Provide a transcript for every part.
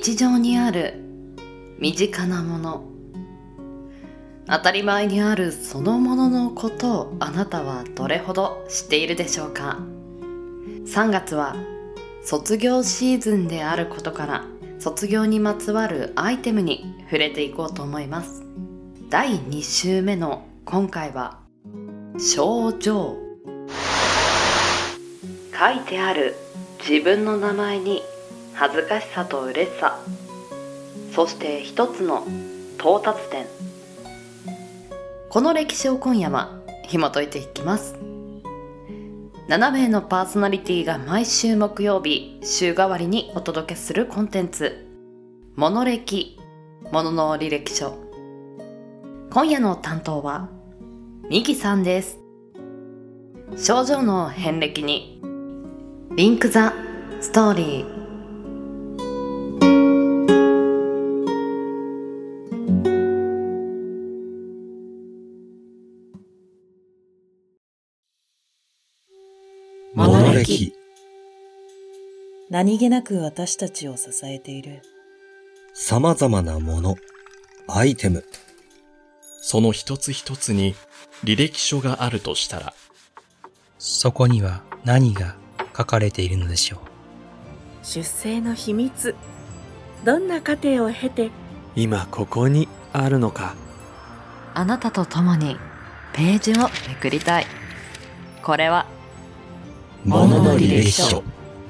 日常にある身近なもの、当たり前にあるそのもののことをあなたはどれほど知っているでしょうか。3月は卒業シーズンであることから、卒業にまつわるアイテムに触れていこうと思います。第2週目の今回は賞状。書いてある自分の名前に恥ずかしさと嬉しさ、そして一つの到達点。この歴史を今夜は紐解いていきます。7名のパーソナリティが毎週木曜日週替わりにお届けするコンテンツ、モノ歴、ものの履歴書。今夜の担当はミキさんです。症状の遍歴にリンクザストーリー。 モノ歴。 何気なく私たちを支えている様々なもの、アイテム。 その一つ一つに履歴書があるとしたら、 そこには何が書かれているのでしょう。 出生の秘密、どんな過程を経て今ここにあるのか。 あなたと共にページをめくりたい。これはモノの履歴書。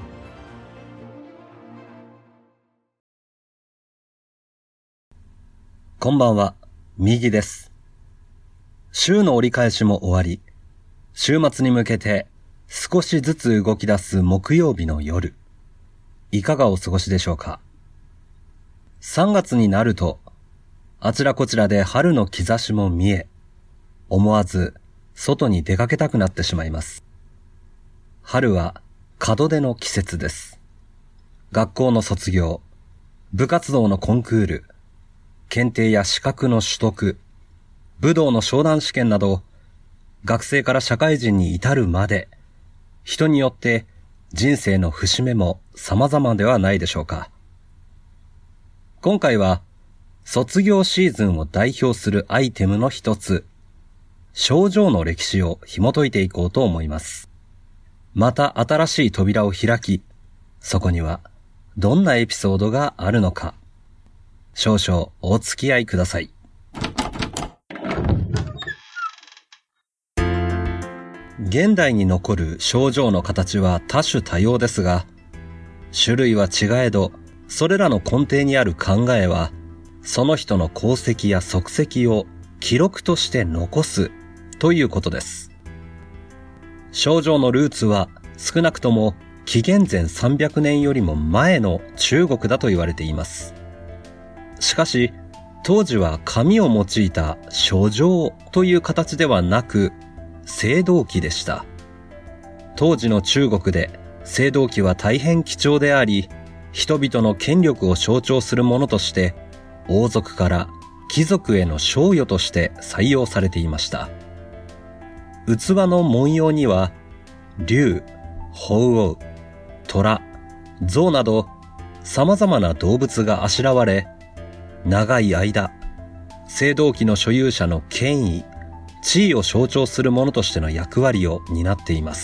こんばんは、右です。週の折り返しも終わり、週末に向けて少しずつ動き出す木曜日の夜、いかがお過ごしでしょうか。3月になると、あちらこちらで春の兆しも見え、思わず外に出かけたくなってしまいます。春は門出の季節です。学校の卒業、部活動のコンクール、検定や資格の取得、武道の昇段試験など、学生から社会人に至るまで、人によって人生の節目も様々ではないでしょうか。今回は、卒業シーズンを代表するアイテムの一つ、賞状の歴史を紐解いていこうと思います。また新しい扉を開き、そこにはどんなエピソードがあるのか、少々お付き合いください。現代に残る賞状の形は多種多様ですが、種類は違えど、それらの根底にある考えは、その人の功績や足跡を記録として残すということです。賞状のルーツは少なくとも紀元前300年よりも前の中国だと言われています。しかし、当時は紙を用いた書状という形ではなく、青銅器でした。当時の中国で青銅器は大変貴重であり、人々の権力を象徴するものとして、王族から貴族への賞与として採用されていました。器の文様には、竜、鳳凰、虎、象など様々な動物があしらわれ、長い間、青銅器の所有者の権威、地位を象徴するものとしての役割を担っています。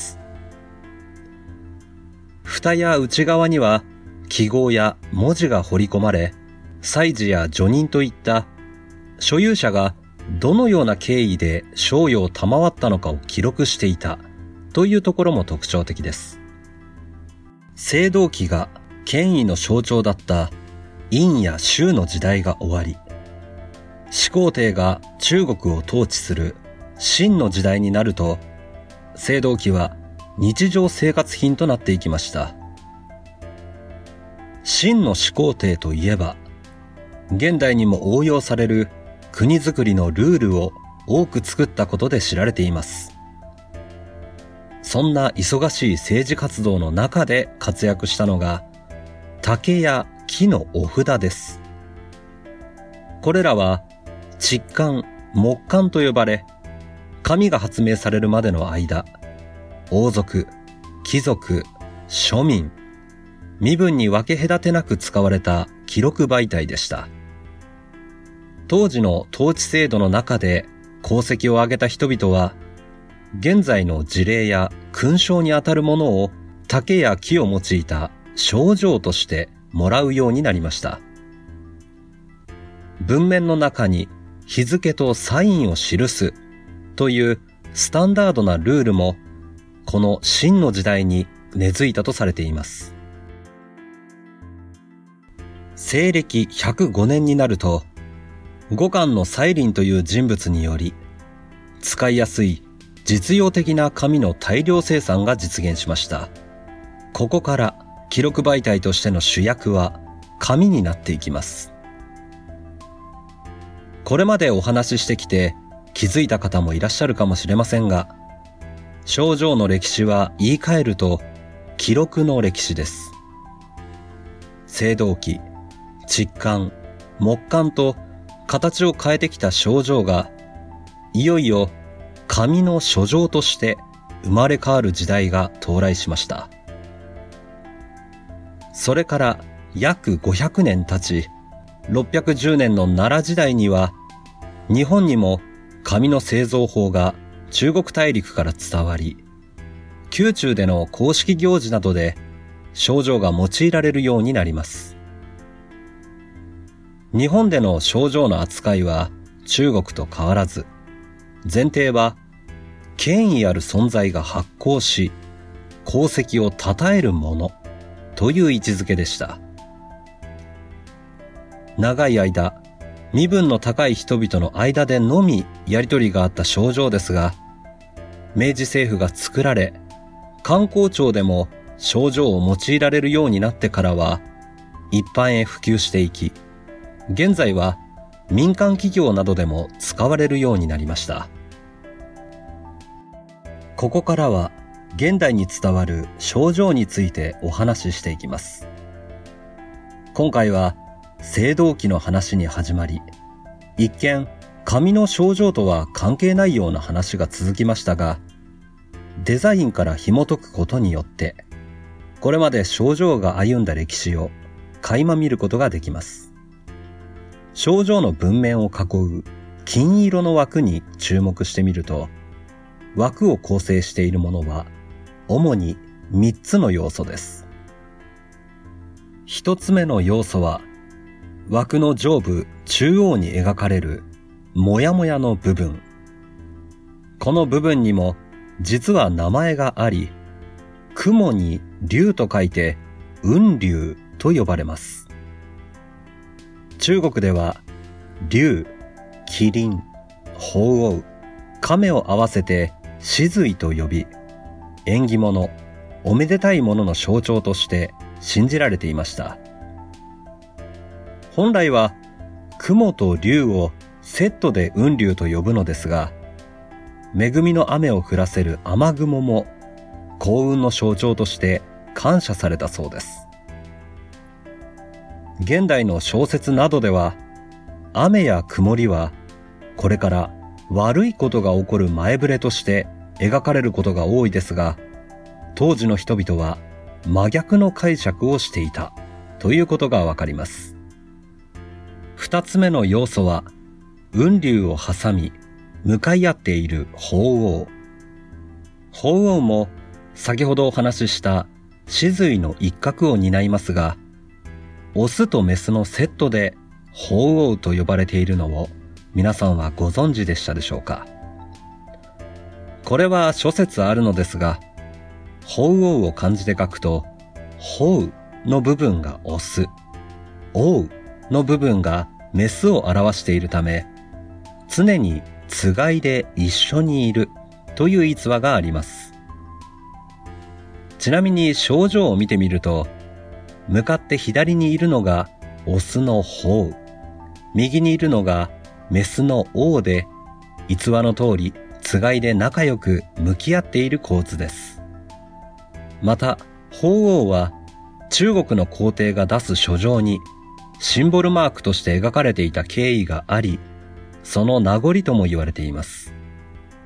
蓋や内側には記号や文字が彫り込まれ、祭事や叙任といった所有者がどのような経緯で賞与を賜ったのかを記録していたというところも特徴的です。青銅器が権威の象徴だった殷や周の時代が終わり、始皇帝が中国を統治する秦の時代になると、青銅器は日常生活品となっていきました。秦の始皇帝といえば、現代にも応用される国づくりのルールを多く作ったことで知られています。そんな忙しい政治活動の中で活躍したのが竹や木のお札です。これらは竹簡、木簡と呼ばれ、紙が発明されるまでの間、王族、貴族、庶民、 身分に分け隔てなく使われた記録媒体でした。当時の統治制度の中で功績を上げた人々は、現在の辞令や勲章にあたるものを竹や木を用いた賞状としてもらうようになりました。文面の中に日付とサインを記すというスタンダードなルールもこの清の時代に根付いたとされています。西暦105年になると、五官のサイリンという人物により、使いやすい実用的な紙の大量生産が実現しました。ここから記録媒体としての主役は紙になっていきます。これまでお話ししてきて気づいた方もいらっしゃるかもしれませんが、賞状の歴史は言い換えると記録の歴史です。青銅器、竹簡、木簡と形を変えてきた賞状が、いよいよ紙の書状として生まれ変わる時代が到来しました。それから約500年経ち、610年の奈良時代には、日本にも紙の製造法が中国大陸から伝わり、宮中での公式行事などで賞状が用いられるようになります。日本での賞状の扱いは中国と変わらず、前提は権威ある存在が発行し、功績を称えるものという位置づけでした。長い間、身分の高い人々の間でのみやり取りがあった賞状ですが、明治政府が作られ、官公庁でも賞状を用いられるようになってからは、一般へ普及していき、現在は民間企業などでも使われるようになりました。ここからは現代に伝わる賞状についてお話ししていきます。今回は青銅器の話に始まり、一見紙の賞状とは関係ないような話が続きましたが、デザインから紐解くことによって、これまで賞状が歩んだ歴史を垣間見ることができます。賞状の文面を囲う金色の枠に注目してみると、枠を構成しているものは主に3つの要素です。1つ目の要素は、枠の上部中央に描かれるもやもやの部分。この部分にも実は名前があり、雲に龍と書いて雲龍と呼ばれます。中国では龍、麒麟、鳳凰、亀を合わせて止水と呼び、縁起物、おめでたいものの象徴として信じられていました。本来は雲と龍をセットで雲龍と呼ぶのですが、恵みの雨を降らせる雨雲も幸運の象徴として感謝されたそうです。現代の小説などでは、雨や曇りはこれから悪いことが起こる前触れとして描かれることが多いですが、当時の人々は真逆の解釈をしていたということがわかります。二つ目の要素は、雲龍を挟み向かい合っている鳳凰。鳳凰も先ほどお話しした止水の一角を担いますが、オスとメスのセットで鳳凰と呼ばれているのを皆さんはご存知でしたでしょうか。これは諸説あるのですが、鳳凰を漢字で書くと、鳳の部分がオス、凰の部分がメスを表しているため、常につがいで一緒にいるという逸話があります。ちなみに賞状を見てみると、向かって左にいるのがオスの鳳、右にいるのがメスの凰で、逸話の通りつがいで仲良く向き合っている構図です。また、鳳凰は中国の皇帝が出す書状にシンボルマークとして描かれていた経緯があり、その名残とも言われています。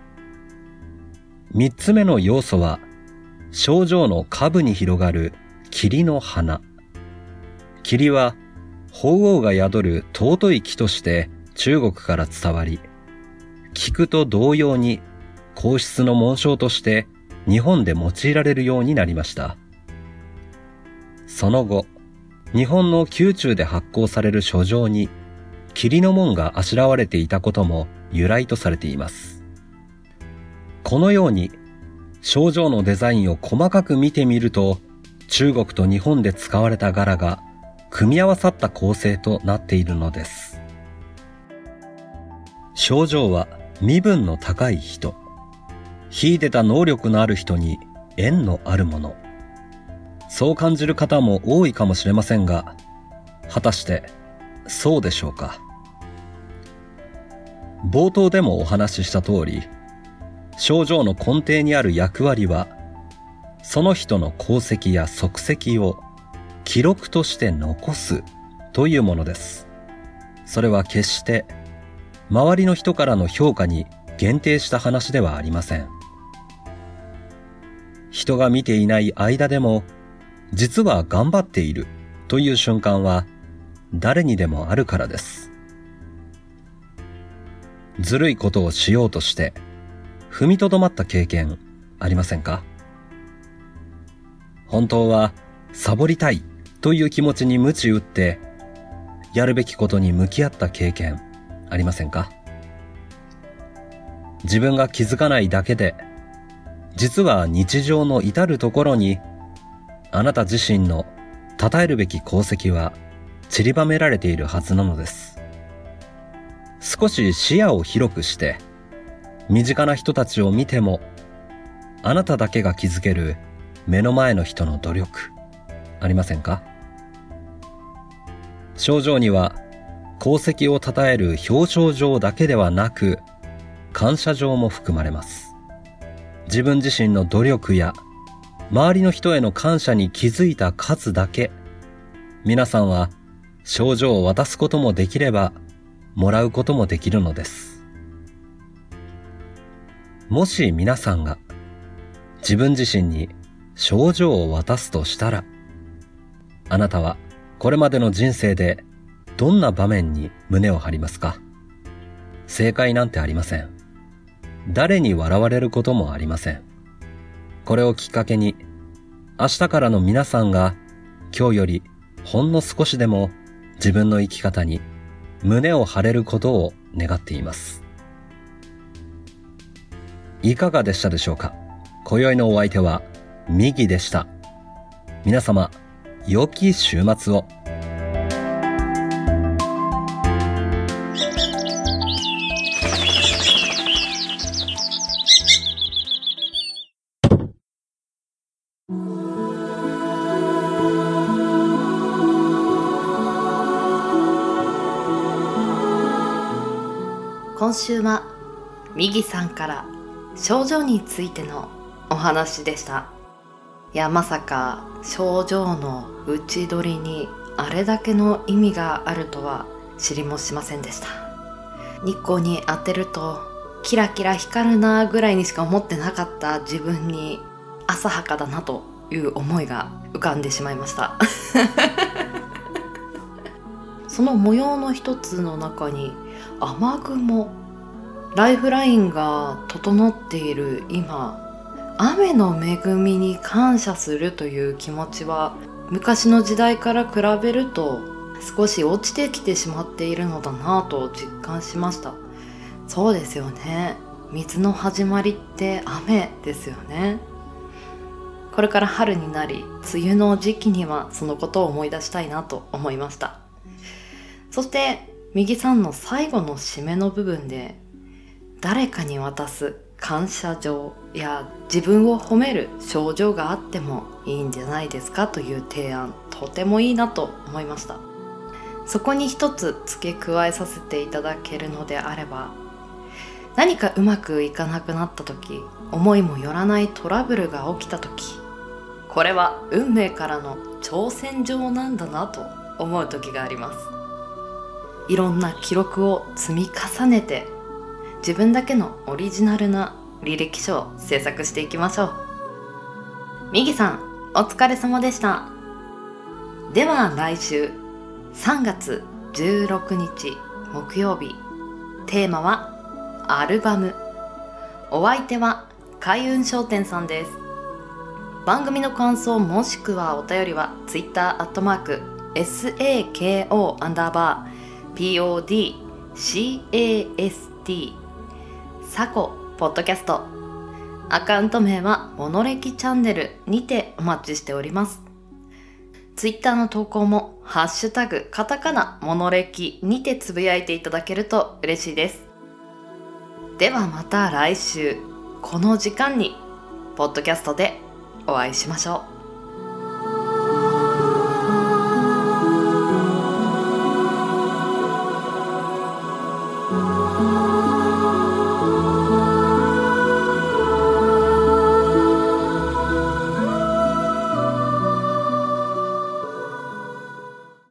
三つ目の要素は、賞状の下部に広がる桐の花。桐は鳳凰が宿る尊い木として中国から伝わり、菊と同様に皇室の紋章として日本で用いられるようになりました。その後、日本の宮中で発行される書状に桐の紋があしらわれていたことも由来とされています。このように賞状のデザインを細かく見てみると、中国と日本で使われた柄が組み合わさった構成となっているのです。賞状は身分の高い人、秀でた能力のある人に縁のあるもの。そう感じる方も多いかもしれませんが、果たしてそうでしょうか。冒頭でもお話しした通り、賞状の根底にある役割は、その人の功績や足跡を記録として残すというものです。それは決して周りの人からの評価に限定した話ではありません。人が見ていない間でも、実は頑張っているという瞬間は誰にでもあるからです。ずるいことをしようとして踏みとどまった経験ありませんか？本当はサボりたいという気持ちに鞭打ってやるべきことに向き合った経験ありませんか？自分が気づかないだけで、実は日常の至るところにあなた自身の称えるべき功績は散りばめられているはずなのです。少し視野を広くして、身近な人たちを見ても、あなただけが気づける目の前の人の努力、ありませんか？賞状には、功績を称える表彰状だけではなく、感謝状も含まれます。自分自身の努力や、周りの人への感謝に気づいた数だけ、皆さんは賞状を渡すこともできれば、もらうこともできるのです。もし皆さんが自分自身に賞状を渡すとしたら、あなたはこれまでの人生でどんな場面に胸を張りますか？正解なんてありません。誰に笑われることもありません。これをきっかけに、明日からの皆さんが今日よりほんの少しでも自分の生き方に胸を張れることを願っています。いかがでしたでしょうか？今宵のお相手はミギでした。皆様、良き週末を。 今週はミギさんから賞状についてのお話でした。いや、まさか賞状の打ち取りにあれだけの意味があるとは知りもしませんでした。日光に当てるとキラキラ光るなぐらいにしか思ってなかった自分に浅はかだなという思いが浮かんでしまいましたその模様の一つの中に雨雲、ライフラインが整っている今、雨の恵みに感謝するという気持ちは昔の時代から比べると少し落ちてきてしまっているのだなぁと実感しました。そうですよね。水の始まりって雨ですよね。これから春になり、梅雨の時期にはそのことを思い出したいなと思いました。そして右さんの最後の締めの部分で、誰かに渡す感謝状や自分を褒める賞状があってもいいんじゃないですかという提案、とてもいいなと思いました。そこに一つ付け加えさせていただけるのであれば、何かうまくいかなくなった時、思いもよらないトラブルが起きた時、これは運命からの挑戦状なんだなと思う時があります。いろんな記録を積み重ねて、自分だけのオリジナルな履歴書を制作していきましょう。ミギさん、お疲れ様でした。 では来週3月16日木曜日、テーマはアルバム。お相手は開運商店さんです。番組の感想もしくはお便りは Twitter @SAKO_PODCAST サコポッドキャスト、アカウント名はモノレキチャンネルにてお待ちしております。ツイッターの投稿もハッシュタグカタカナモノレキにてつぶやいていただけると嬉しいです。ではまた来週この時間にポッドキャストでお会いしましょう。